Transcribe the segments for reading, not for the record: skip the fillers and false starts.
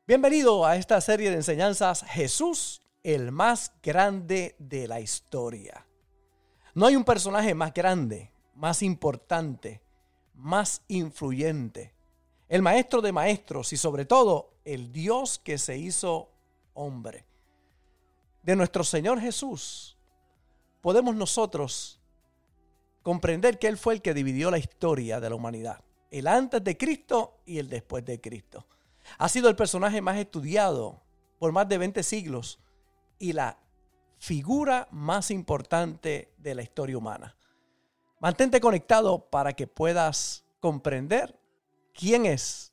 Bienvenido a esta serie de enseñanzas Jesús, el más grande de la historia. No hay un personaje más grande, más importante, más influyente, el maestro de maestros y sobre todo el Dios que se hizo hombre. De nuestro Señor Jesús podemos nosotros comprender que Él fue el que dividió la historia de la humanidad, el antes de Cristo y el después de Cristo. Ha sido el personaje más estudiado por más de 20 siglos y la figura más importante de la historia humana. Mantente conectado para que puedas comprender quién es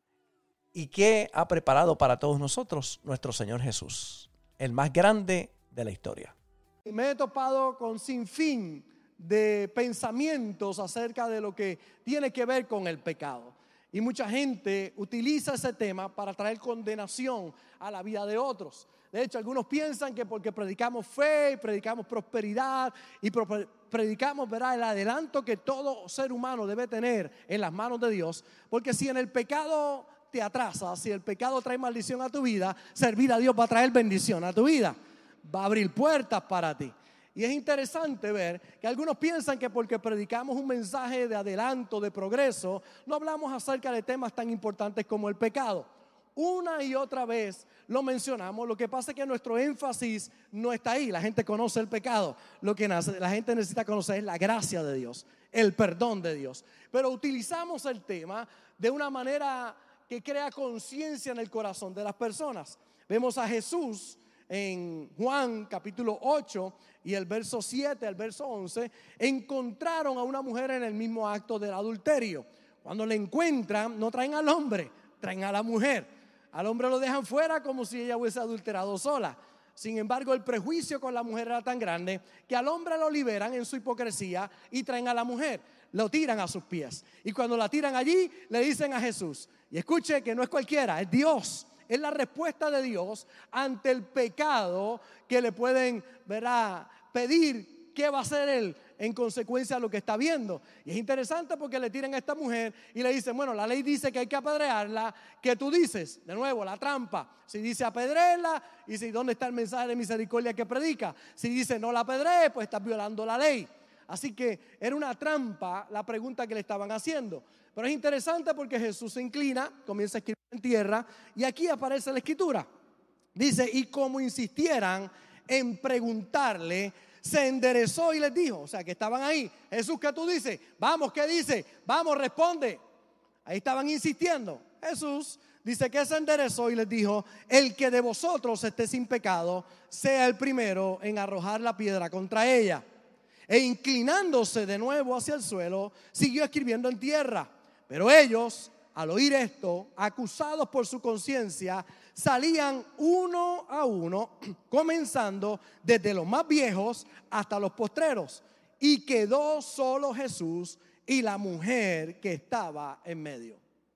y qué ha preparado para todos nosotros nuestro Señor Jesús, el más grande de la historia. Me he topado con sinfín de pensamientos acerca de lo que tiene que ver con el pecado. Y mucha gente utiliza ese tema para traer condenación a la vida de otros. De hecho, algunos piensan que porque predicamos fe, predicamos prosperidad y predicamos, ¿verdad?, el adelanto que todo ser humano debe tener en las manos de Dios. Porque si en el pecado te atrasas, si el pecado trae maldición a tu vida, servir a Dios va a traer bendición a tu vida. Va a abrir puertas para ti. Y es interesante ver que algunos piensan que porque predicamos un mensaje de adelanto, de progreso, no hablamos acerca de temas tan importantes como el pecado. Una y otra vez lo mencionamos, lo que pasa es que nuestro énfasis no está ahí. La gente conoce el pecado, lo que la gente necesita conocer es la gracia de Dios, el perdón de Dios. Pero utilizamos el tema de una manera que crea conciencia en el corazón de las personas. Vemos a Jesús en Juan capítulo 8 y el verso 7 al verso 11, encontraron a una mujer en el mismo acto del adulterio. Cuando la encuentran, no traen al hombre, traen a la mujer. Al hombre lo dejan fuera como si ella hubiese adulterado sola. Sin embargo, el prejuicio con la mujer era tan grande que al hombre lo liberan en su hipocresía y traen a la mujer, lo tiran a sus pies. Y cuando la tiran allí, le dicen a Jesús, y escuche que no es cualquiera, es Dios. Es la respuesta de Dios ante el pecado que le pueden, ¿verdad?, pedir qué va a hacer él en consecuencia de lo que está viendo. Y es interesante porque le tiran a esta mujer y le dicen, bueno, la ley dice que hay que apedrearla. ¿Qué tú dices? De nuevo, la trampa. Si dice apedréela, y si ¿dónde está el mensaje de misericordia que predica? Si dice no la apedree, pues estás violando la ley. Así que era una trampa la pregunta que le estaban haciendo. Pero es interesante porque Jesús se inclina, comienza a escribir en tierra y aquí aparece la escritura. Dice, y como insistieran en preguntarle, se enderezó y les dijo, o sea que estaban ahí, Jesús, ¿qué tú dices? Vamos, ¿qué dice? Vamos, responde. Ahí estaban insistiendo. Jesús dice que se enderezó y les dijo, el que de vosotros esté sin pecado, sea el primero en arrojar la piedra contra ella. E inclinándose de nuevo hacia el suelo, siguió escribiendo en tierra. Pero ellos, al oír esto, acusados por su conciencia, salían uno a uno, comenzando desde los más viejos hasta los postreros. Y quedó solo Jesús y la mujer que estaba en medio.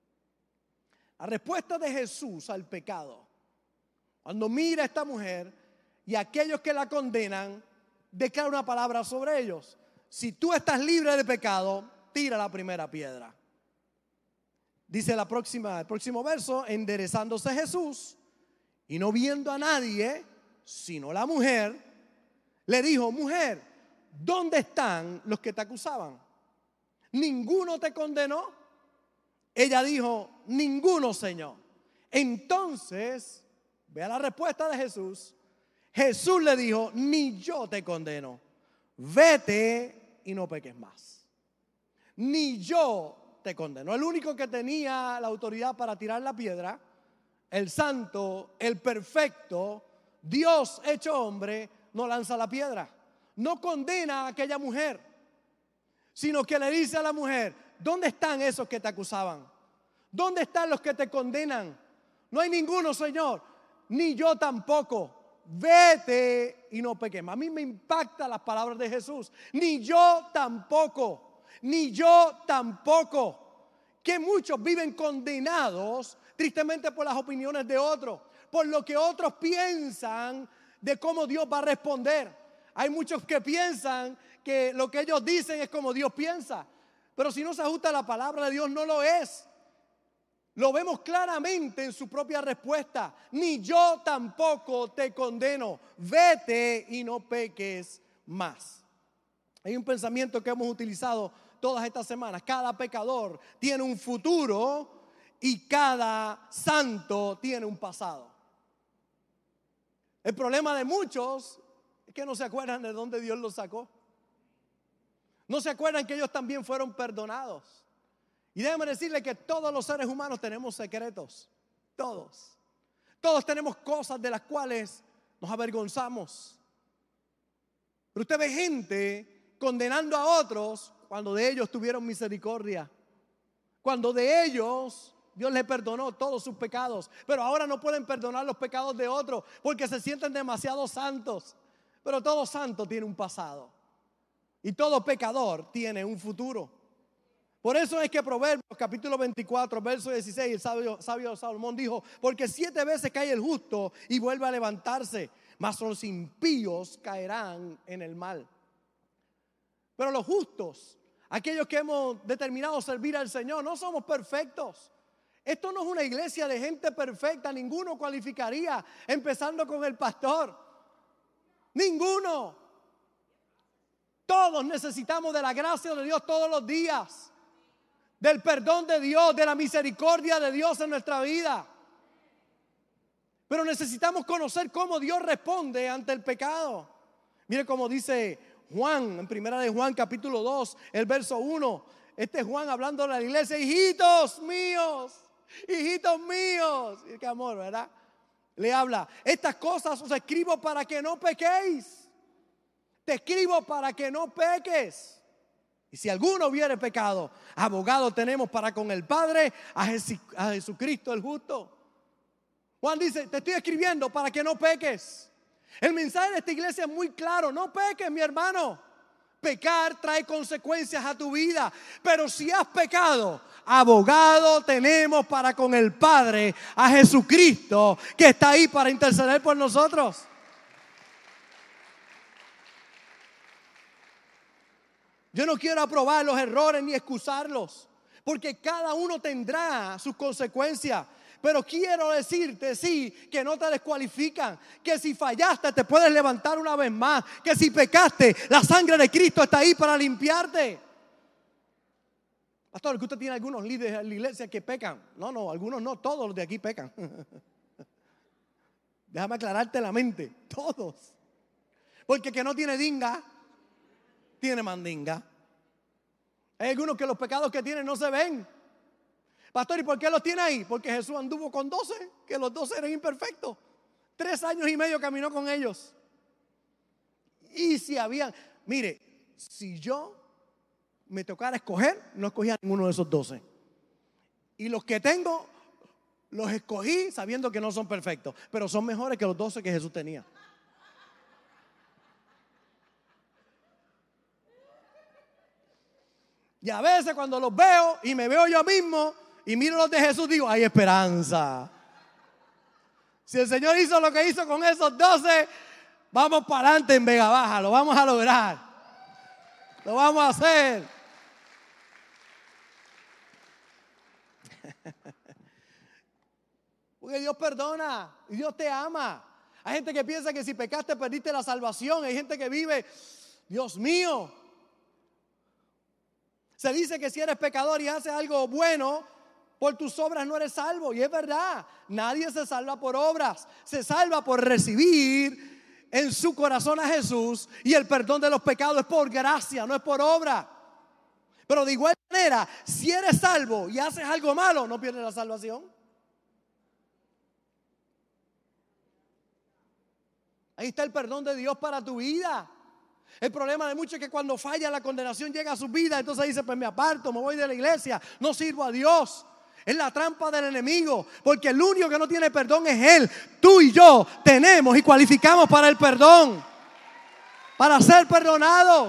La respuesta de Jesús al pecado, cuando mira a esta mujer y a aquellos que la condenan, declara una palabra sobre ellos. Si tú estás libre de pecado, tira la primera piedra. Dice el próximo verso, enderezándose Jesús y no viendo a nadie, sino la mujer, le dijo, mujer, ¿dónde están los que te acusaban? ¿Ninguno te condenó? Ella dijo, ninguno, Señor. Entonces, vea la respuesta de Jesús. Jesús le dijo, ni yo te condeno, vete y no peques más. Ni yo te condeno. El único que tenía la autoridad para tirar la piedra, el santo, el perfecto, Dios hecho hombre, no lanza la piedra. No condena a aquella mujer, sino que le dice a la mujer, ¿dónde están esos que te acusaban? ¿Dónde están los que te condenan? No hay ninguno, Señor, ni yo tampoco. Vete y no peques más. A mí me impactan las palabras de Jesús. Ni yo tampoco. Ni yo tampoco. Que muchos viven condenados tristemente por las opiniones de otros, por lo que otros piensan de cómo Dios va a responder. Hay muchos que piensan que lo que ellos dicen es como Dios piensa, pero si no se ajusta a la palabra de Dios no lo es. Lo vemos claramente en su propia respuesta. Ni yo tampoco te condeno. Vete y no peques más. Hay un pensamiento que hemos utilizado todas estas semanas. Cada pecador tiene un futuro y cada santo tiene un pasado. El problema de muchos es que no se acuerdan de dónde Dios los sacó. No se acuerdan que ellos también fueron perdonados. Y déjenme decirle que todos los seres humanos tenemos secretos. Todos. Todos tenemos cosas de las cuales nos avergonzamos. Pero usted ve gente condenando a otros cuando de ellos tuvieron misericordia. Cuando de ellos Dios les perdonó todos sus pecados. Pero ahora no pueden perdonar los pecados de otros porque se sienten demasiado santos. Pero todo santo tiene un pasado. Y todo pecador tiene un futuro. Por eso es que Proverbios capítulo 24, verso 16, el sabio Salomón dijo: porque 7 veces cae el justo y vuelve a levantarse, mas los impíos caerán en el mal. Pero los justos, aquellos que hemos determinado servir al Señor, no somos perfectos. Esto no es una iglesia de gente perfecta, ninguno cualificaría, empezando con el pastor. Ninguno. Todos necesitamos de la gracia de Dios todos los días. Del perdón de Dios, de la misericordia de Dios en nuestra vida. Pero necesitamos conocer cómo Dios responde ante el pecado. Mire cómo dice Juan, en primera de Juan capítulo 2, el verso 1. Este es Juan hablando a la iglesia: hijitos míos, hijitos míos. Y qué amor, ¿verdad? Le habla: estas cosas os escribo para que no pequéis. Te escribo para que no peques. Y si alguno hubiere pecado, abogado tenemos para con el Padre, a Jesucristo el justo. Juan dice: te estoy escribiendo para que no peques. El mensaje de esta iglesia es muy claro: no peques, mi hermano. Pecar trae consecuencias a tu vida. Pero si has pecado, abogado tenemos para con el Padre, a Jesucristo, que está ahí para interceder por nosotros. Yo no quiero aprobar los errores ni excusarlos, porque cada uno tendrá sus consecuencias. Pero quiero decirte, sí, que no te descualifican, que si fallaste te puedes levantar una vez más, que si pecaste, la sangre de Cristo está ahí para limpiarte. Pastor, que usted tiene algunos líderes en la iglesia que pecan. No, algunos no, todos los de aquí pecan. Déjame aclararte la mente, todos. Porque el que no tiene dinga, tiene mandinga. Hay algunos que los pecados que tienen no se ven. Pastor, ¿y por qué los tiene ahí? Porque Jesús anduvo con 12, que los 12 eran imperfectos. 3 años y medio caminó con ellos. Y si habían, mire, si yo me tocara escoger, no escogía a ninguno de esos 12. Y los que tengo, los escogí sabiendo que no son perfectos, pero son mejores que los 12 que Jesús tenía. Y a veces cuando los veo y me veo yo mismo y miro los de Jesús, digo: hay esperanza. Si el Señor hizo lo que hizo con esos 12, vamos para adelante en Vega Baja, lo vamos a lograr. Lo vamos a hacer. Porque Dios perdona y Dios te ama. Hay gente que piensa que si pecaste perdiste la salvación. Hay gente que vive: Dios mío. Se dice que si eres pecador y haces algo bueno, por tus obras no eres salvo. Y es verdad, nadie se salva por obras. Se salva por recibir en su corazón a Jesús. Y el perdón de los pecados es por gracia, no es por obra. Pero de igual manera, si eres salvo y haces algo malo, no pierdes la salvación. Ahí está el perdón de Dios para tu vida. El problema de muchos es que cuando falla la condenación llega a su vida, entonces dice: pues me aparto, me voy de la iglesia, no sirvo a Dios. Es la trampa del enemigo, porque el único que no tiene perdón es Él. Tú y yo tenemos y cualificamos para el perdón, para ser perdonados.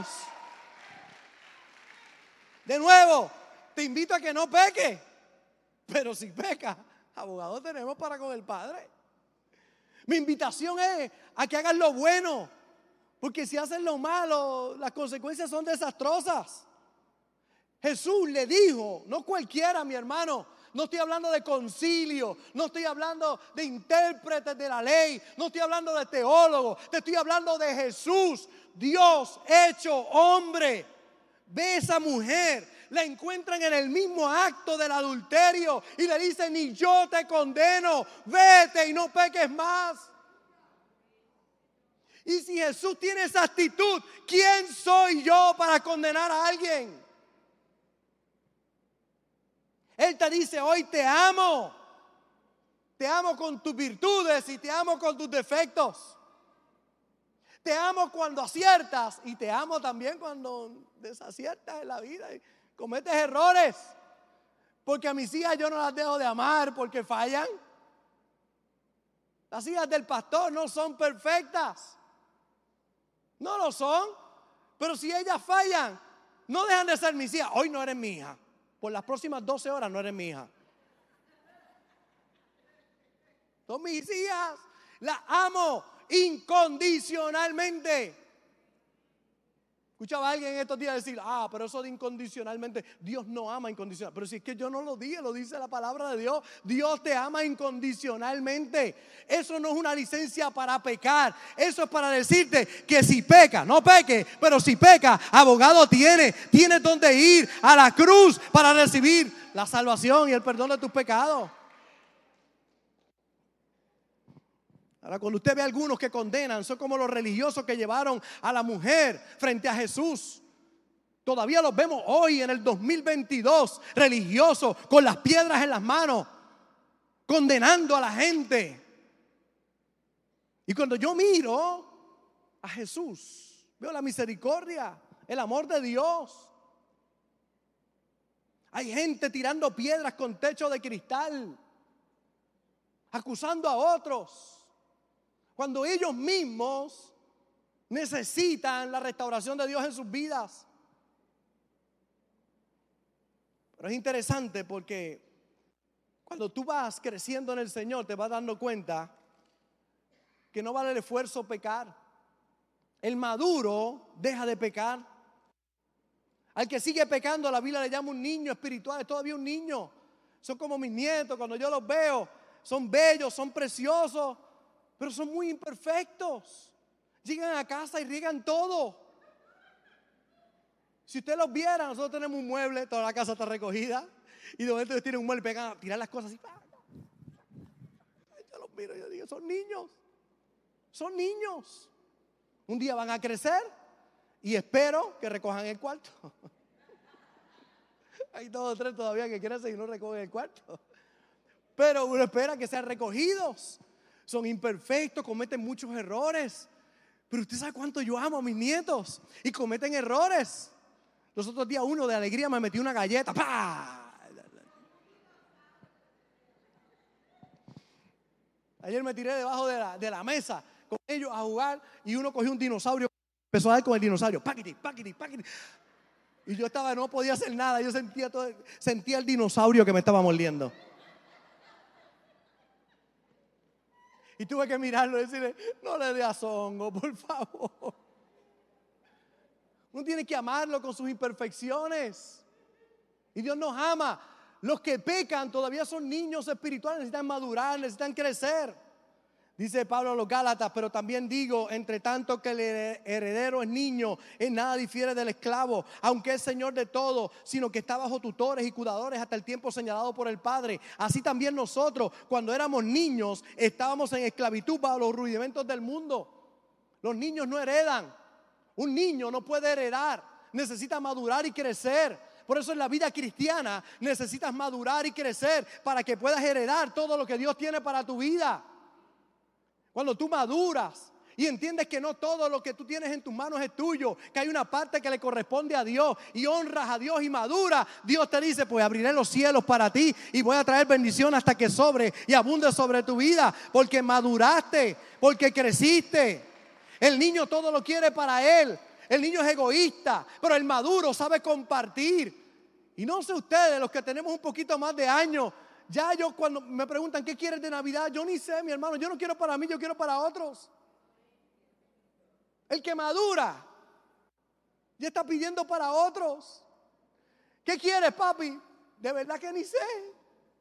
De nuevo, te invito a que no peques, pero si pecas, abogado tenemos para con el Padre. Mi invitación es a que hagas lo bueno. Porque si haces lo malo, las consecuencias son desastrosas. Jesús le dijo, no cualquiera, mi hermano, No estoy hablando de concilio, no estoy hablando de intérpretes de la ley, no estoy hablando de teólogos, te estoy hablando de Jesús, Dios hecho hombre. Ve a esa mujer, la encuentran en el mismo acto del adulterio y le dicen: ni yo te condeno, vete y no peques más. Y si Jesús tiene esa actitud, ¿quién soy yo para condenar a alguien? Él te dice: hoy te amo con tus virtudes y te amo con tus defectos. Te amo cuando aciertas y te amo también cuando desaciertas en la vida y cometes errores. Porque a mis hijas yo no las dejo de amar porque fallan. Las hijas del pastor no son perfectas. No lo son. Pero si ellas fallan, no dejan de ser mis hijas. Hoy no eres mi hija. Por las próximas 12 horas no eres mi hija. Son mis hijas. Las amo incondicionalmente. Escuchaba a alguien en estos días decir: pero eso de incondicionalmente, Dios no ama incondicionalmente. Pero si es que yo no lo dije, lo dice la palabra de Dios. Dios te ama incondicionalmente. Eso no es una licencia para pecar. Eso es para decirte que si peca, no peque, pero si peca, abogado tienes donde ir a la cruz para recibir la salvación y el perdón de tus pecados. Ahora, cuando usted ve a algunos que condenan, son como los religiosos que llevaron a la mujer frente a Jesús. Todavía los vemos hoy en el 2022, religiosos con las piedras en las manos, condenando a la gente. Y cuando yo miro a Jesús, veo la misericordia, el amor de Dios. Hay gente tirando piedras con techo de cristal, acusando a otros, cuando ellos mismos necesitan la restauración de Dios en sus vidas. Pero es interesante porque cuando tú vas creciendo en el Señor, te vas dando cuenta que no vale el esfuerzo pecar. El maduro deja de pecar. Al que sigue pecando, la Biblia le llama un niño espiritual, es todavía un niño. Son como mis nietos, cuando yo los veo, son bellos, son preciosos, pero son muy imperfectos. Llegan a casa y riegan todo. Si usted los viera, nosotros tenemos un mueble, toda la casa está recogida, y de momento ellos tienen un mueble y pegan a tirar las cosas así. Yo los miro y yo digo: son niños. Son niños. Un día van a crecer y espero que recojan el cuarto. Hay 2 o 3 todavía que crecen y no recogen el cuarto. Pero uno espera que sean recogidos. Son imperfectos, cometen muchos errores. Pero usted sabe cuánto yo amo a mis nietos y cometen errores. Los otros días uno de alegría me metió una galleta. ¡Pah! Ayer me tiré debajo de la mesa con ellos a jugar y uno cogió un dinosaurio, empezó a dar con el dinosaurio. ¡Paquiti, paquiti, paquiti! Y yo no podía hacer nada. Yo sentía el dinosaurio que me estaba mordiendo. Y tuve que mirarlo y decirle: no le dé azongo, por favor. Uno tiene que amarlo con sus imperfecciones. Y Dios nos ama. Los que pecan todavía son niños espirituales, necesitan madurar, necesitan crecer. Dice Pablo a los Gálatas: pero también digo, entre tanto que el heredero es niño, en nada difiere del esclavo, aunque es señor de todo, sino que está bajo tutores y cuidadores hasta el tiempo señalado por el Padre. Así también nosotros, cuando éramos niños, estábamos en esclavitud bajo los rudimentos del mundo. Los niños no heredan. Un niño no puede heredar, necesita madurar y crecer. Por eso en la vida cristiana necesitas madurar y crecer para que puedas heredar todo lo que Dios tiene para tu vida. Cuando tú maduras y entiendes que no todo lo que tú tienes en tus manos es tuyo, que hay una parte que le corresponde a Dios y honras a Dios y maduras, Dios te dice: pues abriré los cielos para ti y voy a traer bendición hasta que sobre y abunde sobre tu vida, porque maduraste, porque creciste. El niño todo lo quiere para él. El niño es egoísta, pero el maduro sabe compartir. Y no sé ustedes, los que tenemos un poquito más de años, ya yo cuando me preguntan ¿qué quieres de Navidad? Yo ni sé, mi hermano, yo no quiero para mí, yo quiero para otros. El que madura ya está pidiendo para otros. ¿Qué quieres, papi? De verdad que ni sé.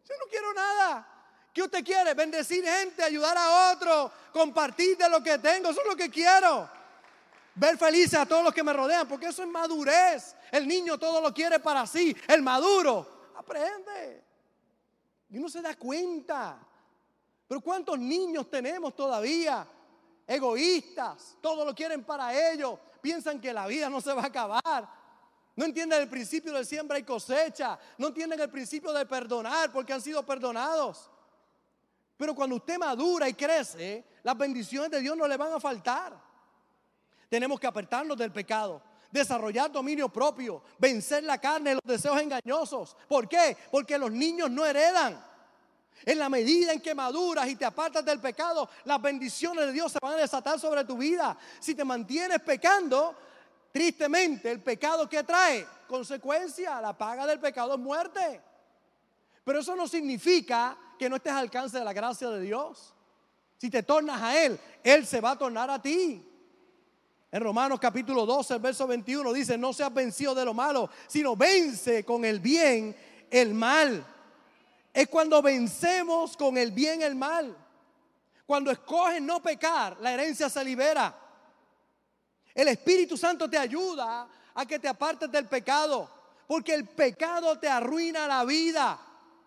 Yo no quiero nada. ¿Qué usted quiere? Bendecir gente, ayudar a otro, compartir de lo que tengo. Eso es lo que quiero. Ver felices a todos los que me rodean, porque eso es madurez. El niño todo lo quiere para sí. El maduro aprende. Y uno se da cuenta. Pero ¿cuántos niños tenemos todavía? Egoístas. Todo lo quieren para ellos. Piensan que la vida no se va a acabar. No entienden el principio de siembra y cosecha. No entienden el principio de perdonar porque han sido perdonados. Pero cuando usted madura y crece, las bendiciones de Dios no le van a faltar. Tenemos que apartarnos del pecado, desarrollar dominio propio, vencer la carne y los deseos engañosos. ¿Por qué? Porque los niños no heredan. En la medida en que maduras y te apartas del pecado, las bendiciones de Dios se van a desatar sobre tu vida. Si te mantienes pecando, tristemente el pecado que trae consecuencia, la paga del pecado es muerte. Pero eso no significa que no estés al alcance de la gracia de Dios. Si te tornas a Él, Él se va a tornar a ti. En Romanos capítulo 12, el verso 21 dice: no seas vencido de lo malo, sino vence con el bien el mal. Es cuando vencemos con el bien el mal. Cuando escoges no pecar, la herencia se libera. El Espíritu Santo te ayuda a que te apartes del pecado, porque el pecado te arruina la vida.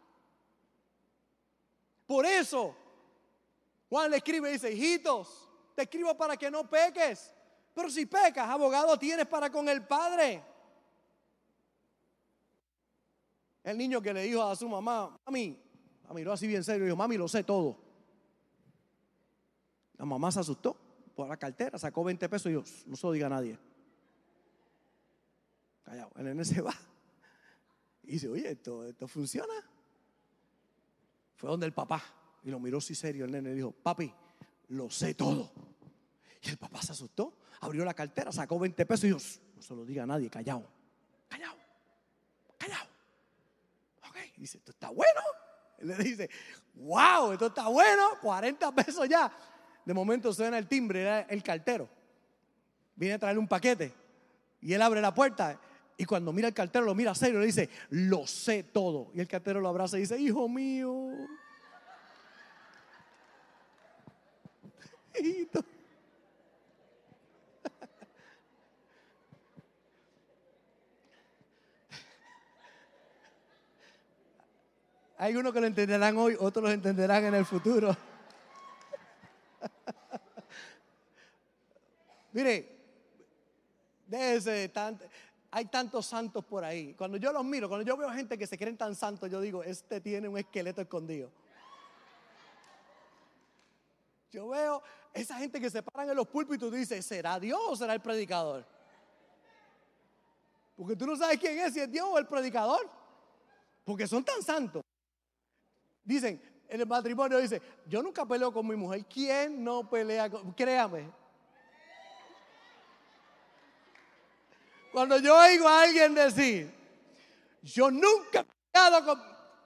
Por eso Juan le escribe y dice: hijitos, te escribo para que no peques. Pero si pecas, abogado tienes para con el Padre. El niño que le dijo a su mamá: mami, la miró así bien serio y dijo: mami, lo sé todo. La mamá se asustó por la cartera, sacó 20 pesos y dijo: no se lo diga a nadie. Callado, el nene se va. Y dice: oye, ¿esto funciona? Fue donde el papá y lo miró así serio el nene y dijo: papi, lo sé todo. Y el papá se asustó, abrió la cartera, sacó 20 pesos y dijo: no se lo diga a nadie, callado, callado, callado. Ok, dice: esto está bueno. Él le dice: wow, esto está bueno, 40 pesos ya. De momento suena el timbre, era el cartero. Viene a traerle un paquete y él abre la puerta. Y cuando mira el cartero, lo mira serio y le dice: lo sé todo. Y el cartero lo abraza y dice: hijo mío, hijito. Hay unos que lo entenderán hoy, otros lo entenderán en el futuro. Mire, hay tantos santos por ahí. Cuando yo los miro, cuando yo veo gente que se creen tan santos, yo digo: este tiene un esqueleto escondido. Yo veo esa gente que se paran en los púlpitos y dice: ¿será Dios o será el predicador? Porque tú no sabes quién es, si es Dios o el predicador. Porque son tan santos. Dicen, en el matrimonio dice: yo nunca peleo con mi mujer. ¿Quién no pelea con? Créame. Cuando yo oigo a alguien decir: yo nunca he peleado con...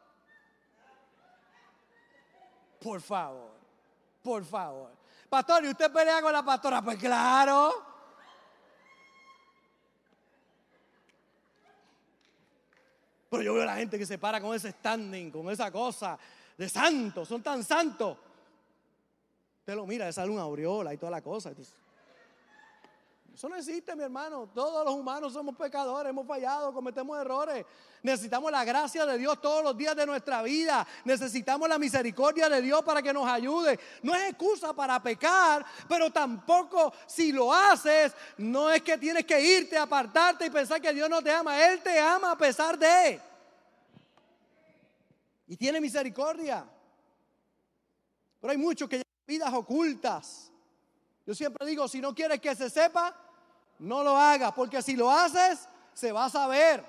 Por favor, por favor. Pastor, ¿y usted pelea con la pastora? Pues claro. Pero yo veo a la gente que se para con ese standing, con esa cosa de santos, son tan santos. Usted lo mira, le sale una aureola y toda la cosa. Eso no existe, mi hermano. Todos los humanos somos pecadores, hemos fallado, cometemos errores. Necesitamos la gracia de Dios todos los días de nuestra vida. Necesitamos la misericordia de Dios para que nos ayude. No es excusa para pecar, pero tampoco, si lo haces, no es que tienes que irte, apartarte y pensar que Dios no te ama. Él te ama a pesar de. Y tiene misericordia. Pero hay muchos que llevan vidas ocultas. Yo siempre digo: si no quieres que se sepa, no lo hagas, porque si lo haces, se va a saber.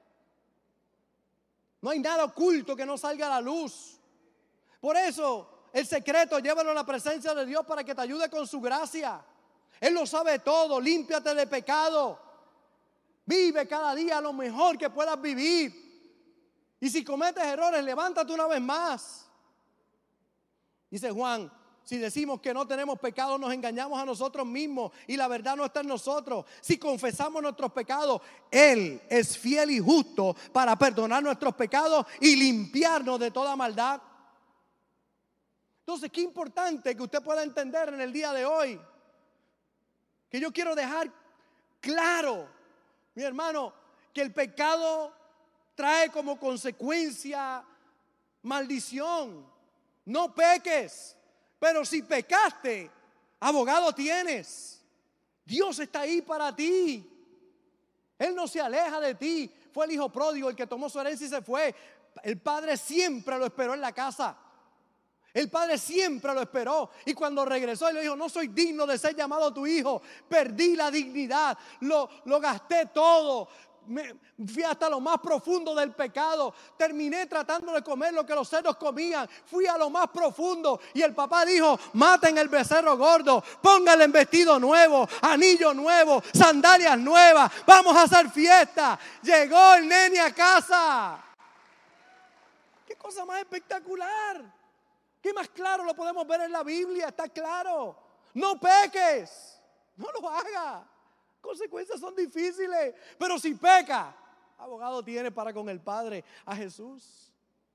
No hay nada oculto que no salga a la luz. Por eso, el secreto, llévalo a la presencia de Dios para que te ayude con su gracia. Él lo sabe todo, límpiate de pecado. Vive cada día lo mejor que puedas vivir. Y si cometes errores, levántate una vez más. Dice Juan Si decimos que no tenemos pecado, nos engañamos a nosotros mismos y la verdad no está en nosotros. Si confesamos nuestros pecados, Él es fiel y justo para perdonar nuestros pecados y limpiarnos de toda maldad. Entonces, qué importante que usted pueda entender en el día de hoy, que yo quiero dejar claro, mi hermano, que el pecado trae como consecuencia maldición. No peques, pero si pecaste, abogado tienes. Dios está ahí para ti. Él no se aleja de ti. Fue el hijo pródigo el que tomó su herencia y se fue. El padre siempre lo esperó en la casa. El padre siempre lo esperó. Y cuando regresó, él le dijo: no soy digno de ser llamado tu hijo. Perdí la dignidad. Lo gasté todo. Fui hasta lo más profundo del pecado. Terminé tratando de comer lo que los cerdos comían. Fui a lo más profundo. Y el papá dijo: maten el becerro gordo, pónganle en vestido nuevo, anillo nuevo, sandalias nuevas, vamos a hacer fiesta. Llegó el nene a casa. Qué cosa más espectacular. ¿Qué más claro lo podemos ver en la Biblia? Está claro. No peques. No lo hagas. Consecuencias son difíciles. Pero si peca, abogado tiene para con el Padre, a Jesús.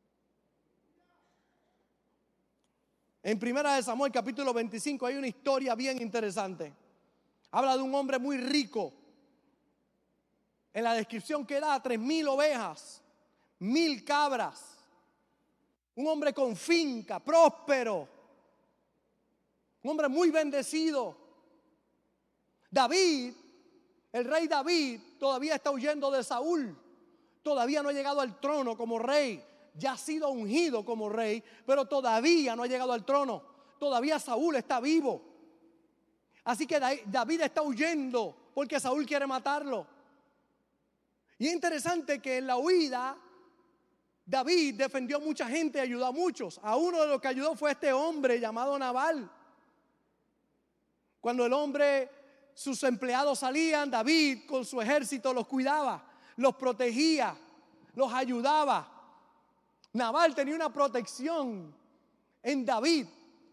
En 1 Samuel capítulo 25 hay una historia bien interesante. Habla de un hombre muy rico. En la descripción que da, 3,000 ovejas, 1,000 cabras. Un hombre con finca, próspero. Un hombre muy bendecido. David, el rey David, todavía está huyendo de Saúl. Todavía no ha llegado al trono como rey. Ya ha sido ungido como rey, pero todavía no ha llegado al trono. Todavía Saúl está vivo. Así que David está huyendo porque Saúl quiere matarlo. Y es interesante que en la huida David defendió a mucha gente y ayudó a muchos. A uno de los que ayudó fue este hombre llamado Nabal. Cuando sus empleados salían, David con su ejército los cuidaba, los protegía, los ayudaba. Nabal tenía una protección en David.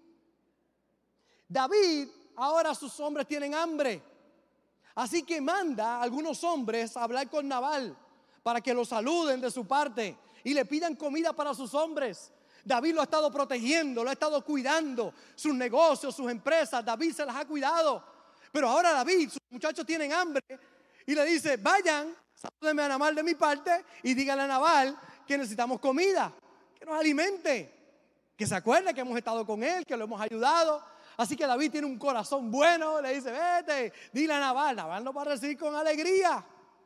David, ahora sus hombres tienen hambre. Así que manda a algunos hombres a hablar con Nabal para que lo saluden de su parte y le pidan comida para sus hombres. David lo ha estado protegiendo, lo ha estado cuidando, sus negocios, sus empresas, David se las ha cuidado. Pero ahora David, sus muchachos tienen hambre y le dice: vayan, salúdenme a Nabal de mi parte y díganle a Nabal que necesitamos comida, que nos alimente, que se acuerde que hemos estado con él, que lo hemos ayudado. Así que David tiene un corazón bueno, le dice: vete, dile a Nabal. Nabal lo va a recibir con alegría.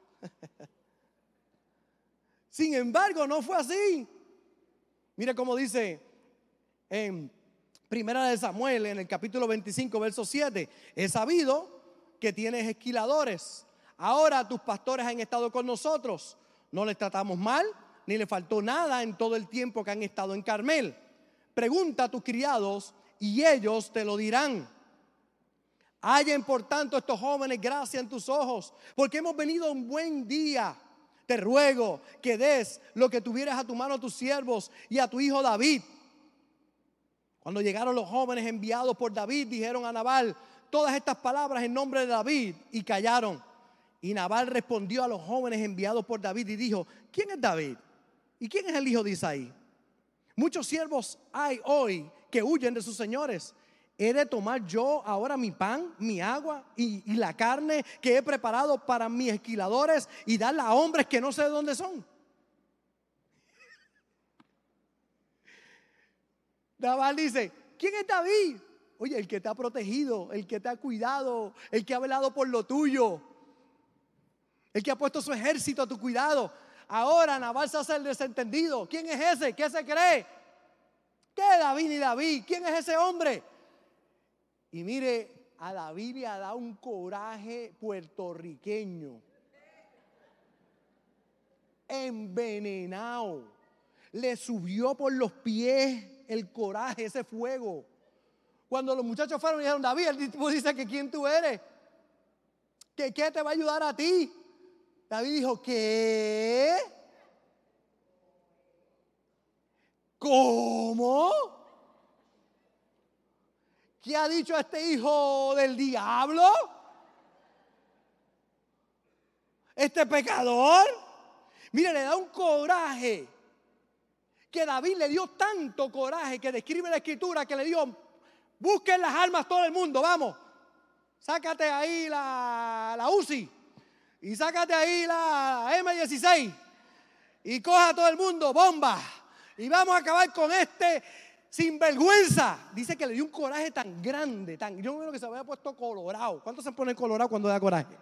Sin embargo, no fue así. Mire cómo dice en 1 Samuel, en el capítulo 25, verso 7. He sabido que tienes esquiladores. Ahora tus pastores han estado con nosotros. No les tratamos mal, ni les faltó nada en todo el tiempo que han estado en Carmel. Pregunta a tus criados y ellos te lo dirán. Hallen por tanto estos jóvenes gracia en tus ojos, porque hemos venido un buen día. Te ruego que des lo que tuvieras a tu mano a tus siervos y a tu hijo David. Cuando llegaron los jóvenes enviados por David, dijeron a Nabal todas estas palabras en nombre de David y callaron. Y Nabal respondió a los jóvenes enviados por David y dijo: ¿quién es David? ¿Y quién es el hijo de Isaí? Muchos siervos hay hoy que huyen de sus señores. ¿He de tomar yo ahora mi pan, mi agua y la carne que he preparado para mis esquiladores y darla a hombres que no sé de dónde son? Nabal dice: ¿quién es David? Oye, el que te ha protegido, el que te ha cuidado, el que ha velado por lo tuyo, el que ha puesto su ejército a tu cuidado. Ahora Nabal se hace el desentendido. ¿Quién es ese? ¿Qué se cree? ¿Qué David ni David? ¿Quién es ese hombre? Y mire, a David le ha dado un coraje puertorriqueño. Envenenado. Le subió por los pies el coraje, ese fuego. Cuando los muchachos fueron y dijeron: David, el tipo dice que quién tú eres, que qué te va a ayudar a ti. David dijo: ¿qué? ¿Cómo? ¿qué ha dicho este hijo del diablo? Este pecador. Mire, le da un coraje. Que David le dio tanto coraje que describe la escritura que le dijo: busquen las armas todo el mundo, vamos. Sácate ahí la Uzi. Y sácate ahí la M16. Y coja a todo el mundo, bomba. Y vamos a acabar con este sinvergüenza. Dice que le dio un coraje tan grande, yo creo que se había puesto colorado. ¿Cuántos se ponen colorado cuando da coraje?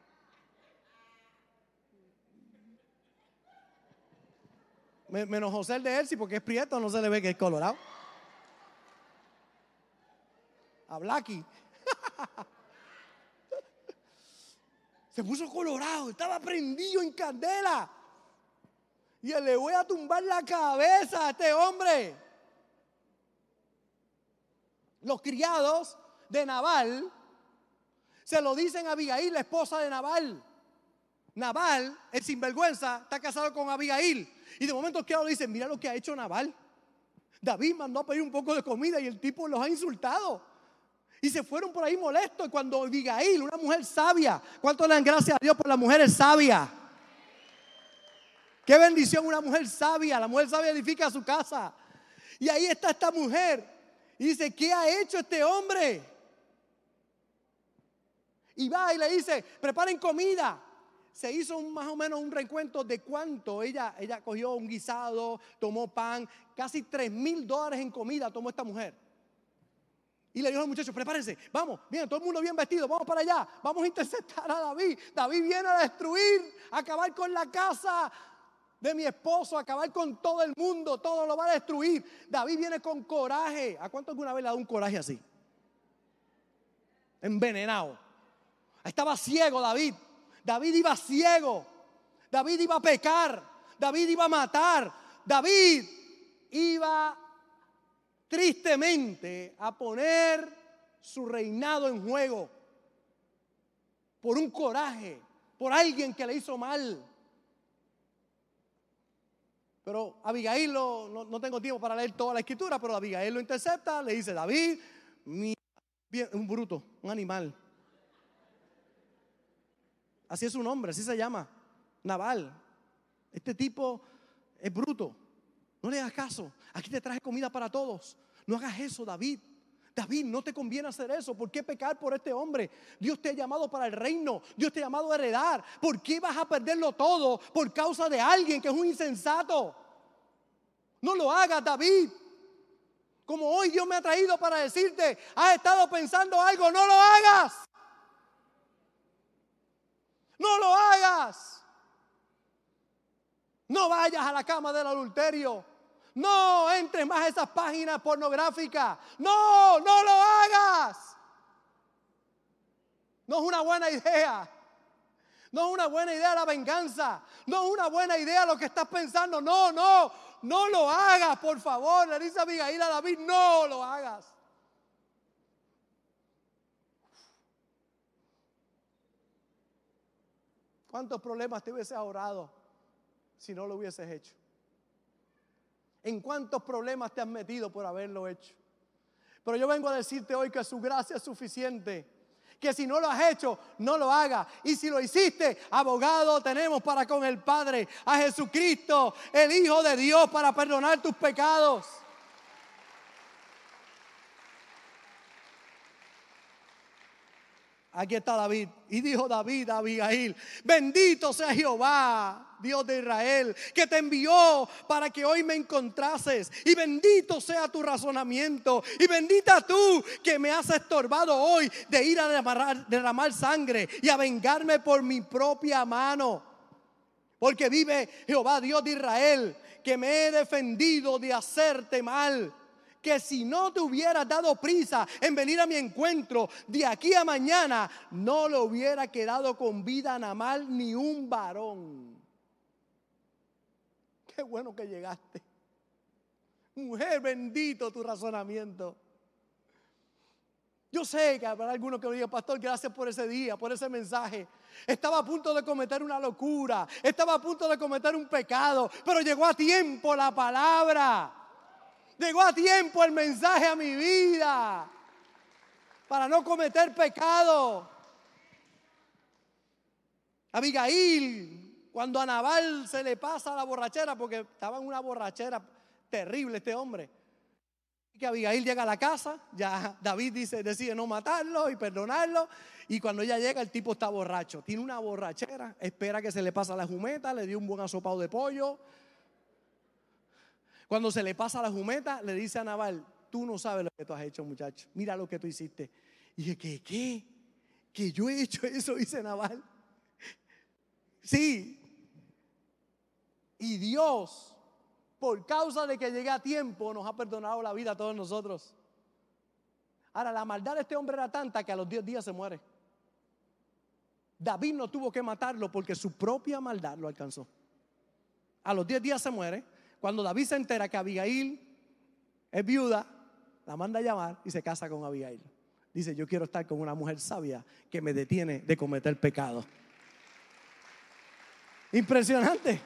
Menos José el de Elsie, porque es prieto, no se le ve que es colorado. A Blacky. Se puso colorado, estaba prendido en candela. Y le voy a tumbar la cabeza a este hombre. Los criados de Nabal se lo dicen a Abigail, la esposa de Nabal. Nabal, el sinvergüenza, está casado con Abigail. Y de momento los criados le dicen: mira lo que ha hecho Nabal. David mandó a pedir un poco de comida y el tipo los ha insultado. Y se fueron por ahí molestos. Y cuando Abigail, una mujer sabia, ¿cuánto le dan gracias a Dios por las mujeres sabias? Qué bendición una mujer sabia. La mujer sabia edifica su casa. Y ahí está esta mujer. Y dice: ¿qué ha hecho este hombre? Y va y le dice: preparen comida. Se hizo más o menos un recuento de cuánto ella cogió un guisado, tomó pan, casi $3,000 en comida tomó esta mujer. Y le dijo al muchacho: prepárense, vamos, bien, todo el mundo bien vestido, vamos para allá, vamos a interceptar a David. David viene a destruir, a acabar con la casa de mi esposo, a acabar con todo el mundo, todo lo va a destruir. David viene con coraje. ¿A cuánto alguna vez le ha dado un coraje así? Envenenado. Estaba ciego David. David iba ciego. David iba a pecar. David iba a matar. David iba tristemente a poner su reinado en juego por un coraje, por alguien que le hizo mal. Pero Abigail, no tengo tiempo para leer toda la escritura, pero Abigail lo intercepta, le dice: David, un bruto, un animal. Así es su nombre, así se llama, Nabal. Este tipo es bruto. No le hagas caso. Aquí te traje comida para todos. No hagas eso, David. David, no te conviene hacer eso. ¿Por qué pecar por este hombre? Dios te ha llamado para el reino. Dios te ha llamado a heredar. ¿Por qué vas a perderlo todo por causa de alguien que es un insensato? No lo hagas, David. Como hoy Dios me ha traído para decirte: has estado pensando algo, no lo hagas. No lo hagas. No vayas a la cama del adulterio. No entres más a esas páginas pornográficas. No lo hagas. No es una buena idea. No es una buena idea la venganza. No es una buena idea lo que estás pensando. No lo hagas, por favor. Le dice Abigail a David: no lo hagas. ¿Cuántos problemas te hubieses ahorrado si no lo hubieses hecho? ¿En cuántos problemas te has metido por haberlo hecho? Pero yo vengo a decirte hoy que su gracia es suficiente. Que si no lo has hecho, no lo hagas. Y si lo hiciste, abogado tenemos para con el Padre, a Jesucristo, el Hijo de Dios, para perdonar tus pecados. Aquí está David. Y dijo David a Abigail: bendito sea Jehová, Dios de Israel, que te envió para que hoy me encontrases. Y bendito sea tu razonamiento. Y bendita tú que me has estorbado hoy de ir a derramar sangre y a vengarme por mi propia mano. Porque vive Jehová, Dios de Israel, que me he defendido de hacerte mal. Que si no te hubieras dado prisa en venir a mi encuentro de aquí a mañana, no le hubiera quedado con vida a Nabal ni un varón. Qué bueno que llegaste. Mujer, bendito tu razonamiento. Yo sé que habrá algunos que me digan: pastor, gracias por ese día, por ese mensaje. Estaba a punto de cometer una locura, estaba a punto de cometer un pecado, pero llegó a tiempo la palabra. Llegó a tiempo el mensaje a mi vida. para no cometer pecado. Abigail, cuando a Nabal se le pasa la borrachera, porque estaba en una borrachera terrible este hombre, que Abigail llega a la casa, ya David decide no matarlo y perdonarlo, y cuando ella llega el tipo está borracho, tiene una borrachera, espera que se le pasa la jumeta, le dio un buen asopado de pollo. Cuando se le pasa la jumeta, le dice a Nabal: tú no sabes lo que tú has hecho, muchacho, mira lo que tú hiciste. Y dije: ¿qué? ¿Que yo he hecho eso? Dice Nabal. Sí. Y Dios, por causa de que llegué a tiempo, nos ha perdonado la vida a todos nosotros. Ahora, la maldad de este hombre era tanta que a los 10 días se muere. David no tuvo que matarlo porque su propia maldad lo alcanzó. A los 10 días se muere. Cuando David se entera que Abigail es viuda, la manda a llamar y se casa con Abigail. Dice: yo quiero estar con una mujer sabia que me detiene de cometer pecado. Impresionante.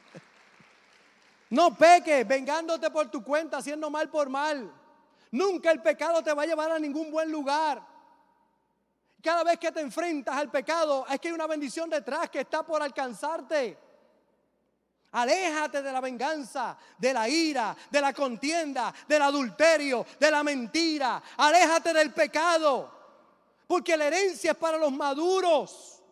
No peques vengándote por tu cuenta, haciendo mal por mal. Nunca el pecado te va a llevar a ningún buen lugar. Cada vez que te enfrentas al pecado, es que hay una bendición detrás que está por alcanzarte. Aléjate de la venganza, de la ira, de la contienda, del adulterio, de la mentira. Aléjate del pecado, porque la herencia es para los maduros.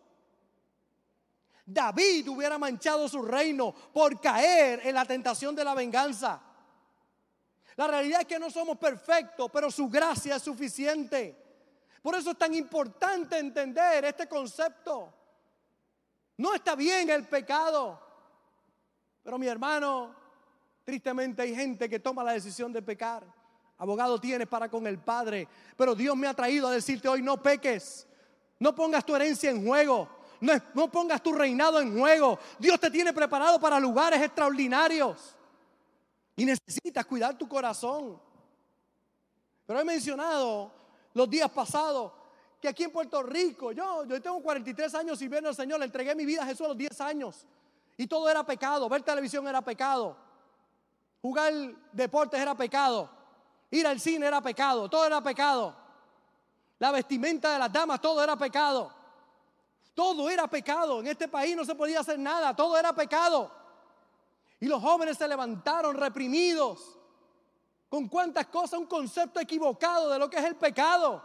David hubiera manchado su reino por caer en la tentación de la venganza. La realidad es que no somos perfectos, pero su gracia es suficiente. Por eso es tan importante entender este concepto. No está bien el pecado. Pero mi hermano, tristemente hay gente que toma la decisión de pecar. Abogado tienes para con el Padre, pero Dios me ha traído a decirte hoy: no peques, no pongas tu herencia en juego, no pongas tu reinado en juego. Dios te tiene preparado para lugares extraordinarios y necesitas cuidar tu corazón. Pero he mencionado los días pasados que aquí en Puerto Rico, yo tengo 43 años sirviendo al Señor, le entregué mi vida a Jesús a los 10 años. Y todo era pecado, ver televisión era pecado, jugar deportes era pecado, ir al cine era pecado, todo era pecado. La vestimenta de las damas, todo era pecado. Todo era pecado, en este país no se podía hacer nada, todo era pecado. Y los jóvenes se levantaron reprimidos, con cuántas cosas, un concepto equivocado de lo que es el pecado.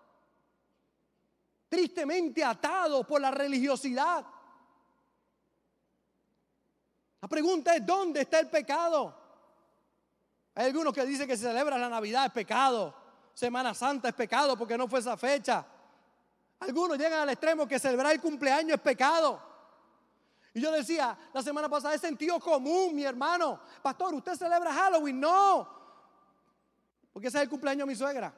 Tristemente atados por la religiosidad. La pregunta es: ¿dónde está el pecado? Hay algunos que dicen que se celebra la Navidad es pecado, Semana Santa es pecado porque no fue esa fecha. Algunos llegan al extremo que celebrar el cumpleaños es pecado. Y yo decía la semana pasada: es sentido común, mi hermano. Pastor, ¿usted celebra Halloween? No, porque ese es el cumpleaños de mi suegra.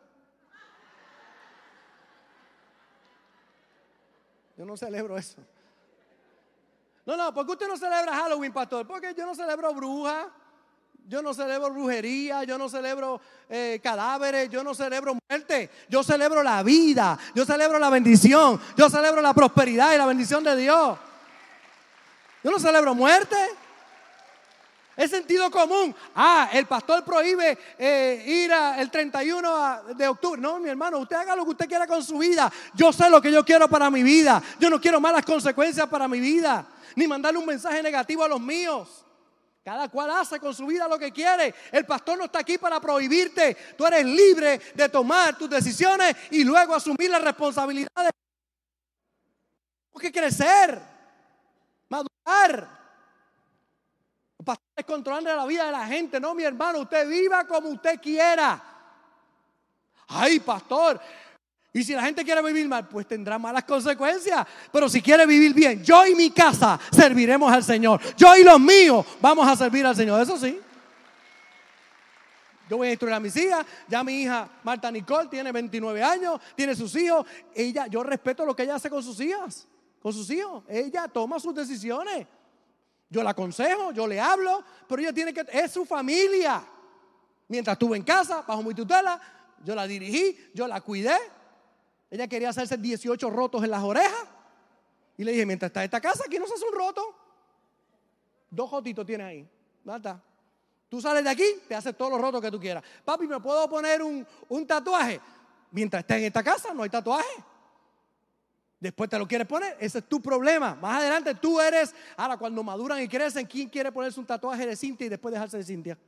Yo no celebro eso. No, ¿por qué usted no celebra Halloween, pastor? Porque yo no celebro brujas, yo no celebro brujería, yo no celebro cadáveres, yo no celebro muerte. Yo celebro la vida, yo celebro la bendición, yo celebro la prosperidad y la bendición de Dios. Yo no celebro muerte. Es sentido común. El pastor prohíbe ir el 31 de octubre. No, mi hermano, usted haga lo que usted quiera con su vida. Yo sé lo que yo quiero para mi vida. Yo no quiero malas consecuencias para mi vida, ni mandarle un mensaje negativo a los míos. Cada cual hace con su vida lo que quiere. El pastor no está aquí para prohibirte. Tú eres libre de tomar tus decisiones y luego asumir las responsabilidades. Tenemos que crecer, madurar. Los pastores controlando la vida de la gente. No, mi hermano, usted viva como usted quiera. Ay, pastor, y si la gente quiere vivir mal, pues tendrá malas consecuencias. Pero si quiere vivir bien, yo y mi casa serviremos al Señor. Yo y los míos vamos a servir al Señor. Eso sí. Yo voy a instruir a mis hijas. Ya mi hija Marta Nicole tiene 29 años, tiene sus hijos. Yo respeto lo que ella hace con sus hijas, con sus hijos. Ella toma sus decisiones. Yo la aconsejo, yo le hablo, pero ella tiene que, es su familia. Mientras estuve en casa, bajo mi tutela, yo la dirigí, yo la cuidé. Ella quería hacerse 18 rotos en las orejas. Y le dije: mientras está en esta casa, aquí no se hace un roto. 2 rotitos tienes ahí. ¿Verdad? Tú sales de aquí, te haces todos los rotos que tú quieras. Papi, ¿me puedo poner un tatuaje? Mientras estés en esta casa no hay tatuaje. Después te lo quieres poner, ese es tu problema. Más adelante tú eres. Ahora cuando maduran y crecen, ¿quién quiere ponerse un tatuaje de Cintia y después dejarse de Cintia?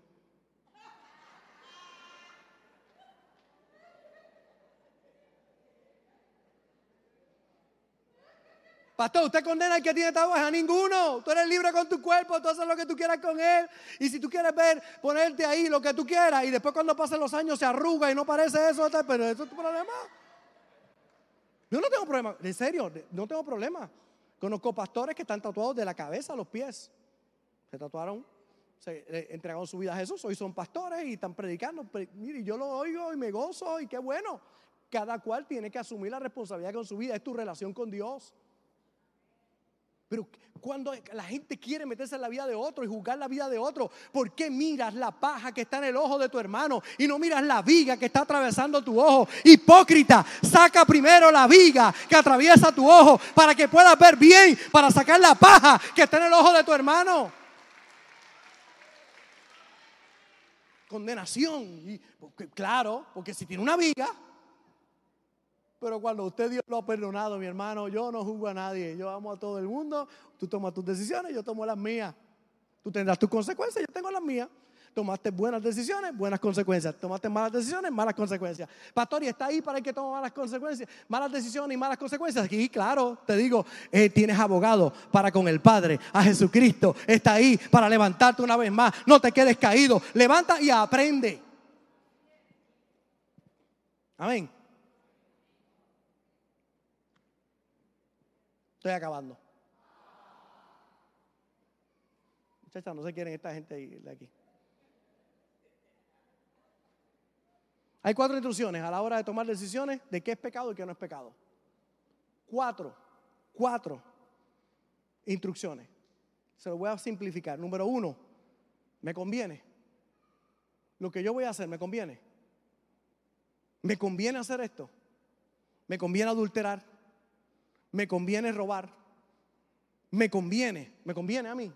Pastor, ¿usted condena al que tiene tatuaje? A ninguno. Tú eres libre con tu cuerpo, tú haces lo que tú quieras con él. Y si tú quieres ver, ponerte ahí lo que tú quieras, y después cuando pasen los años se arruga y no parece eso, pero eso es tu problema. Yo no tengo problema, en serio, no tengo problema. Conozco pastores que están tatuados de la cabeza a los pies. Se tatuaron, se entregaron su vida a Jesús, hoy son pastores y están predicando. Mire, yo lo oigo y me gozo y qué bueno. Cada cual tiene que asumir la responsabilidad con su vida, es tu relación con Dios. Pero cuando la gente quiere meterse en la vida de otro y juzgar la vida de otro, ¿por qué miras la paja que está en el ojo de tu hermano y no miras la viga que está atravesando tu ojo? Hipócrita, saca primero la viga que atraviesa tu ojo para que puedas ver bien, para sacar la paja que está en el ojo de tu hermano. Condenación, claro, porque si tiene una viga. Pero cuando usted Dios lo ha perdonado, mi hermano, yo no juzgo a nadie. Yo amo a todo el mundo. Tú tomas tus decisiones, yo tomo las mías. Tú tendrás tus consecuencias, yo tengo las mías. Tomaste buenas decisiones, buenas consecuencias. Tomaste malas decisiones, malas consecuencias. Pastor, ¿y está ahí para el que toma malas consecuencias? Malas decisiones y malas consecuencias. Aquí, claro, te digo, tienes abogado para con el Padre, a Jesucristo. Está ahí para levantarte una vez más. No te quedes caído. Levanta y aprende. Amén. Estoy acabando. Muchachas, no se quieren esta gente de aquí. Hay 4 instrucciones a la hora de tomar decisiones de qué es pecado y qué no es pecado. 4 instrucciones. Se lo voy a simplificar. Número 1, me conviene. Lo que yo voy a hacer, me conviene. Me conviene hacer esto. Me conviene adulterar. Me conviene robar. Me conviene a mí.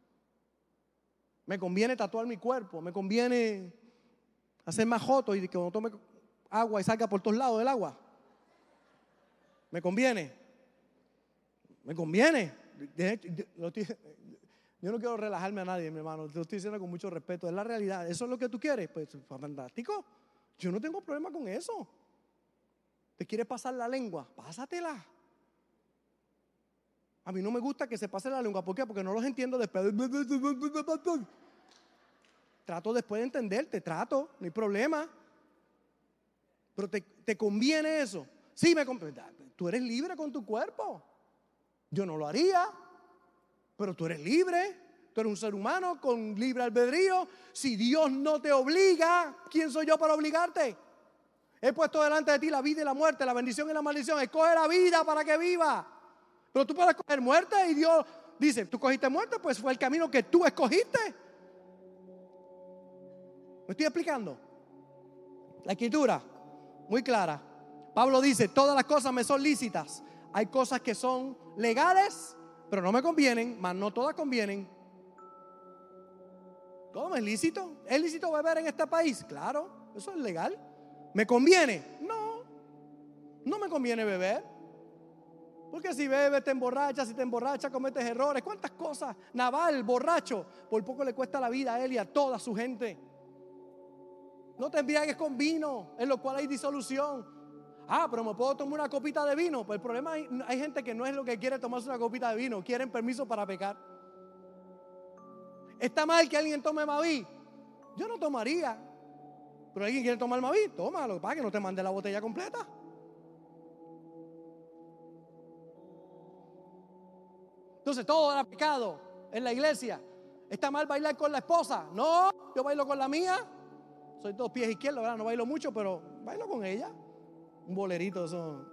Me conviene tatuar mi cuerpo. Me conviene hacer más joto y que cuando tome agua y salga por todos lados del agua. Me conviene. Yo no quiero relajarme a nadie, mi hermano. Te lo estoy diciendo con mucho respeto. Es la realidad. ¿Eso es lo que tú quieres? Pues fantástico. Yo no tengo problema con eso. ¿Te quieres pasar la lengua? Pásatela. A mí no me gusta que se pase la lengua. ¿Por qué? Porque no los entiendo después. Trato después de entenderte, no hay problema. Pero ¿te conviene eso? Sí, me conviene. Tú eres libre con tu cuerpo. Yo no lo haría, pero tú eres libre. Tú eres un ser humano con libre albedrío. Si Dios no te obliga, ¿quién soy yo para obligarte? He puesto delante de ti la vida y la muerte, la bendición y la maldición. Escoge la vida para que viva. Pero tú puedes escoger muerte y Dios dice, tú cogiste muerte, pues fue el camino que tú escogiste. ¿Me estoy explicando? La escritura, muy clara. Pablo dice, todas las cosas me son lícitas. Hay cosas que son legales, pero no me convienen, mas no todas convienen. ¿Todo me es lícito? ¿Es lícito beber en este país? Claro, eso es legal. ¿Me conviene? No me conviene beber. Porque si bebes te emborrachas, si te emborrachas cometes errores. ¿Cuántas cosas? Naval, borracho, por poco le cuesta la vida a él y a toda su gente. No te embriagues con vino, en lo cual hay disolución. Pero me puedo tomar una copita de vino. Pues el problema hay gente que no es lo que quiere tomarse una copita de vino, quieren permiso para pecar. ¿Está mal que alguien tome Maví? Yo no tomaría. Pero alguien quiere tomar Maví, tómalo, para que no te mande la botella completa. Entonces todo era pecado en la iglesia. ¿Está mal bailar con la esposa? No, yo bailo con la mía. Soy 2 pies izquierdos, ¿verdad? No bailo mucho, pero bailo con ella. Un bolerito, eso.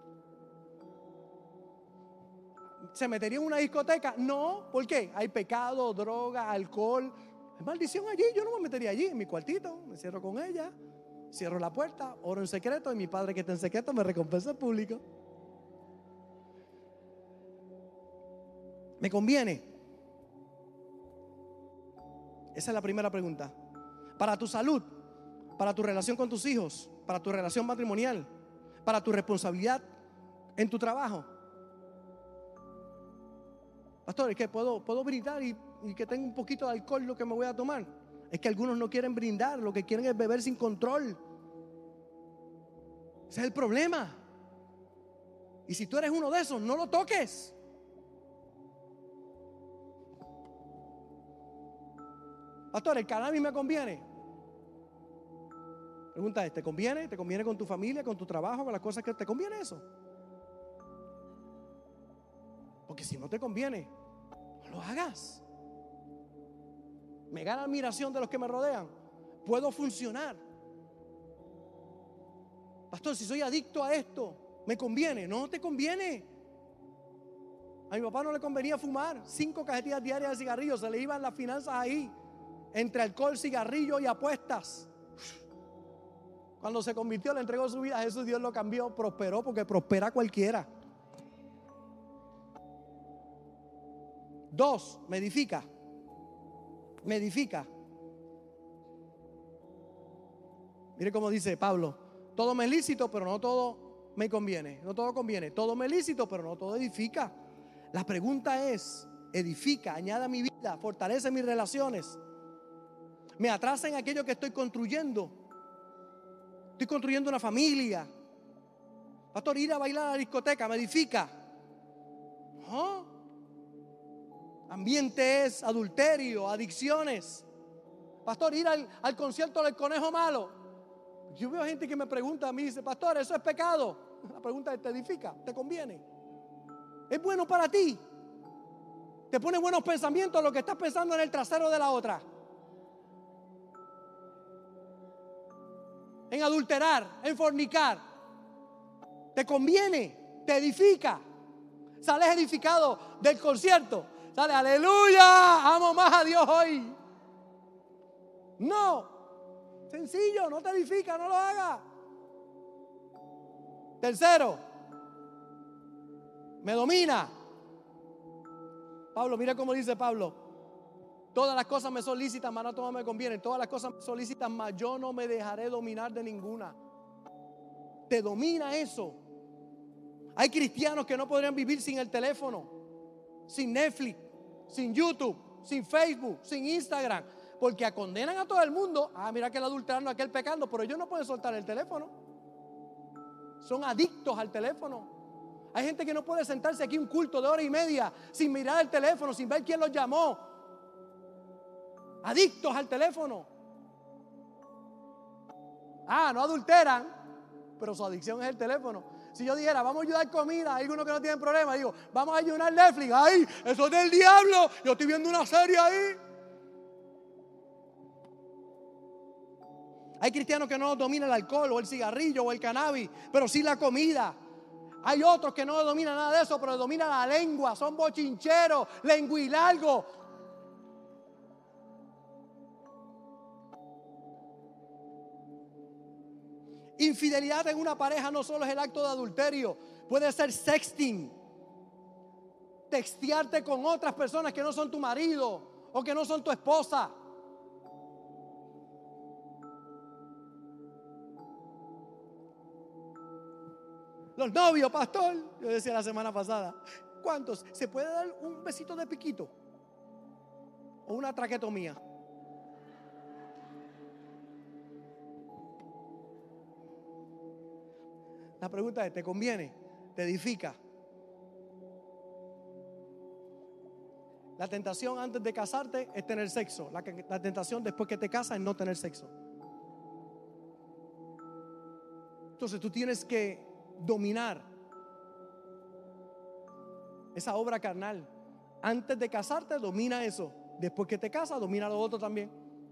¿Se metería en una discoteca? No, ¿por qué? Hay pecado, droga, alcohol. Hay maldición allí, yo no me metería allí, en mi cuartito. Me cierro con ella, cierro la puerta, oro en secreto y mi Padre que está en secreto me recompensa en público. ¿Me conviene? Esa es la primera pregunta. Para tu salud, para tu relación con tus hijos, para tu relación matrimonial, para tu responsabilidad en tu trabajo. Pastor, es que puedo brindar y que tengo un poquito de alcohol lo que me voy a tomar. Es que algunos no quieren brindar, lo que quieren es beber sin control. Ese es el problema. Y si tú eres uno de esos, no lo toques. Pastor, ¿el cannabis me conviene? Pregunta es, ¿te conviene? ¿Te conviene con tu familia, con tu trabajo, con las cosas que te conviene eso? Porque si no te conviene, no lo hagas. Me gana admiración de los que me rodean. Puedo funcionar. Pastor, si soy adicto a esto, ¿me conviene? No te conviene. A mi papá no le convenía fumar 5 cajetillas diarias de cigarrillos. Se le iban las finanzas ahí, entre alcohol, cigarrillo y apuestas. Cuando se convirtió, le entregó su vida a Jesús, Dios lo cambió, prosperó, porque prospera cualquiera. 2, me edifica. Me edifica. Mire cómo dice Pablo: todo me es lícito, pero no todo me conviene. No todo conviene. Todo me es lícito, pero no todo edifica. La pregunta es: edifica, añade a mi vida, fortalece mis relaciones, me atrasa en aquello que estoy construyendo. Estoy construyendo una familia. Pastor, ir a bailar a la discoteca, ¿me edifica? ¿No? Ambiente es adulterio, adicciones. Pastor, ir al concierto del Conejo Malo. Yo veo gente que me pregunta a mí, dice: pastor, ¿eso es pecado? La pregunta es: ¿te edifica? ¿Te conviene? ¿Es bueno para ti? ¿Te pone buenos pensamientos lo que estás pensando en el trasero de la otra? En adulterar, en fornicar. ¿Te conviene? ¿Te edifica? Sales edificado del concierto. Sale: aleluya, amo más a Dios hoy. No, sencillo, no te edifica, no lo hagas. Tercero, me domina. Pablo, mira cómo dice Pablo: todas las cosas me son lícitas, mas no todas me convienen. Todas las cosas me son lícitas, mas yo no me dejaré dominar de ninguna. Te domina eso. Hay cristianos que no podrían vivir sin el teléfono, sin Netflix, sin YouTube, sin Facebook, sin Instagram, porque condenan a todo el mundo. Mira aquel adulterando, aquel pecando, pero ellos no pueden soltar el teléfono. Son adictos al teléfono. Hay gente que no puede sentarse aquí un culto de 1:30 sin mirar el teléfono, sin ver quién los llamó. Adictos al teléfono. No adulteran, pero su adicción es el teléfono. Si yo dijera: vamos a ayudar comida, hay algunos que no tienen problema, digo: vamos a ayudar Netflix. ¡Ay, eso es del diablo! Yo estoy viendo una serie ahí. Hay cristianos que no dominan el alcohol o el cigarrillo o el cannabis, pero sí la comida. Hay otros que no dominan nada de eso, pero dominan la lengua, son bochincheros, lenguilargos. Infidelidad en una pareja no solo es el acto de adulterio, puede ser sexting, textearte con otras personas que no son tu marido o que no son tu esposa. Los novios, pastor, yo decía la semana pasada, ¿cuántos? ¿Se puede dar un besito de piquito? ¿O una traquetomía? La pregunta es: ¿te conviene? ¿Te edifica? La tentación antes de casarte es tener sexo. La tentación después que te casas es no tener sexo. Entonces tú tienes que dominar esa obra carnal. Antes de casarte, domina eso. Después que te casas, domina lo otro también.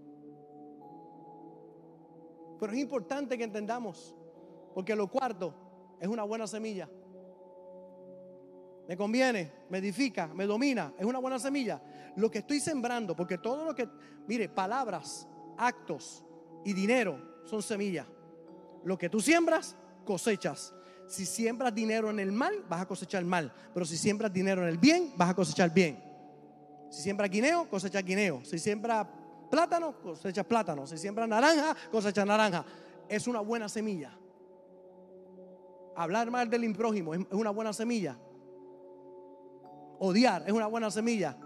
Pero es importante que entendamos, porque lo cuarto es una buena semilla. Me conviene, me edifica, me domina, es una buena semilla. Lo que estoy sembrando, porque todo lo que, mire, palabras, actos y dinero son semillas. Lo que tú siembras, cosechas. Si siembras dinero en el mal, vas a cosechar mal. Pero si siembras dinero en el bien, vas a cosechar bien. Si siembras guineo, cosechas guineo. Si siembras plátano, cosechas plátano. Si siembras naranja, cosechas naranja. es una buena semilla. Hablar mal del prójimo es una buena semilla. Odiar es una buena semilla.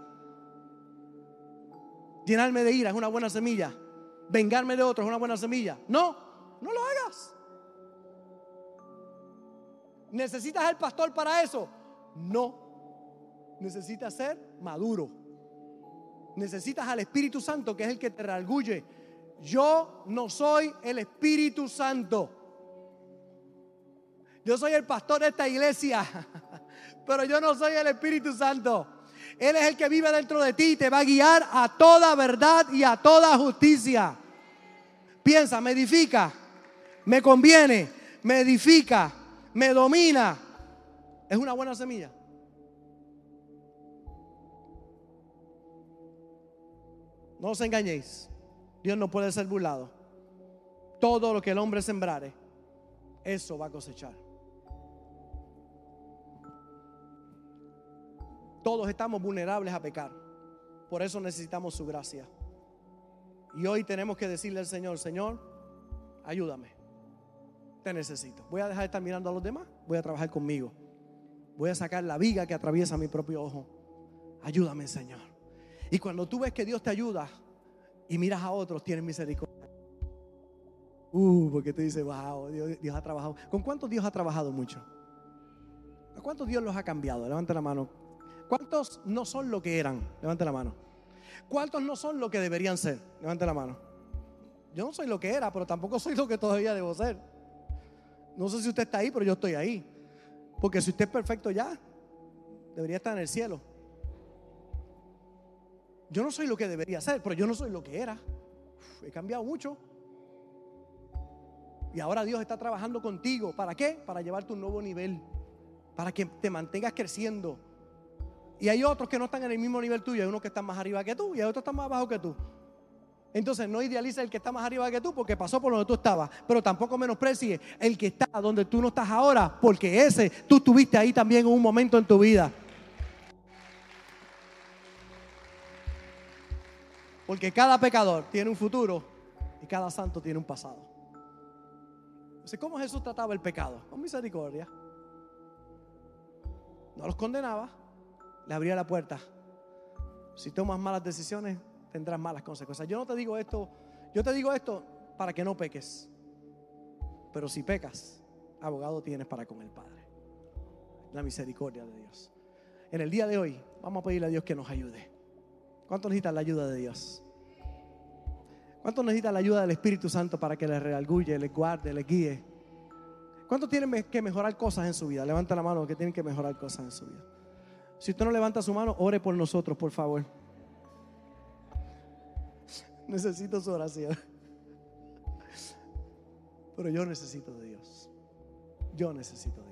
Llenarme de ira es una buena semilla. Vengarme de otros es una buena semilla. No lo hagas. ¿Necesitas al pastor para eso? No. Necesitas ser maduro. Necesitas al Espíritu Santo, que es el que te redarguye. Yo no soy el Espíritu Santo. Yo soy el pastor de esta iglesia, pero yo no soy el Espíritu Santo. Él es el que vive dentro de ti y te va a guiar a toda verdad y a toda justicia. Piensa, me edifica, me conviene, me edifica, me domina. Es una buena semilla. No os engañéis. Dios no puede ser burlado. Todo lo que el hombre sembrare, eso va a cosechar. Todos estamos vulnerables a pecar. Por eso necesitamos su gracia. Y hoy tenemos que decirle al Señor: Señor, ayúdame. Te necesito. Voy a dejar de estar mirando a los demás. Voy a trabajar conmigo. Voy a sacar la viga que atraviesa mi propio ojo. Ayúdame, Señor. Y cuando tú ves que Dios te ayuda y miras a otros, tienes misericordia. Porque tú dices: wow, Dios ha trabajado. ¿Con cuántos Dios ha trabajado mucho? ¿A cuántos Dios los ha cambiado? Levante la mano. ¿Cuántos no son lo que eran? Levante la mano. ¿Cuántos no son lo que deberían ser? Levante la mano. Yo no soy lo que era, pero tampoco soy lo que todavía debo ser. No sé si usted está ahí, pero yo estoy ahí. Porque si usted es perfecto ya, debería estar en el cielo. Yo no soy lo que debería ser, pero yo no soy lo que era. He cambiado mucho. Y ahora Dios está trabajando contigo. ¿Para qué? Para llevarte a un nuevo nivel. Para que te mantengas creciendo. Y hay otros que no están en el mismo nivel tuyo. Hay unos que están más arriba que tú y hay otros que están más abajo que tú. Entonces no idealices el que está más arriba que tú porque pasó por donde tú estabas. Pero tampoco menosprecies el que está donde tú no estás ahora, porque ese tú estuviste ahí también en un momento en tu vida. Porque cada pecador tiene un futuro y cada santo tiene un pasado. Entonces, ¿cómo Jesús trataba el pecado? Con misericordia. No los condenaba, le abría la puerta. Si tomas malas decisiones, tendrás malas consecuencias. Yo no te digo esto, yo te digo esto para que no peques. Pero si pecas, abogado tienes para con el Padre. La misericordia de Dios. En el día de hoy, vamos a pedirle a Dios que nos ayude. ¿Cuántos necesitan la ayuda de Dios? ¿Cuántos necesitan la ayuda del Espíritu Santo para que les redarguye, les guarde, les guíe? ¿Cuántos tienen que mejorar cosas en su vida? Levanta la mano que tienen que mejorar cosas en su vida. Si usted no levanta su mano, ore por nosotros, por favor. Necesito su oración. Pero yo necesito de Dios. Yo necesito de Dios.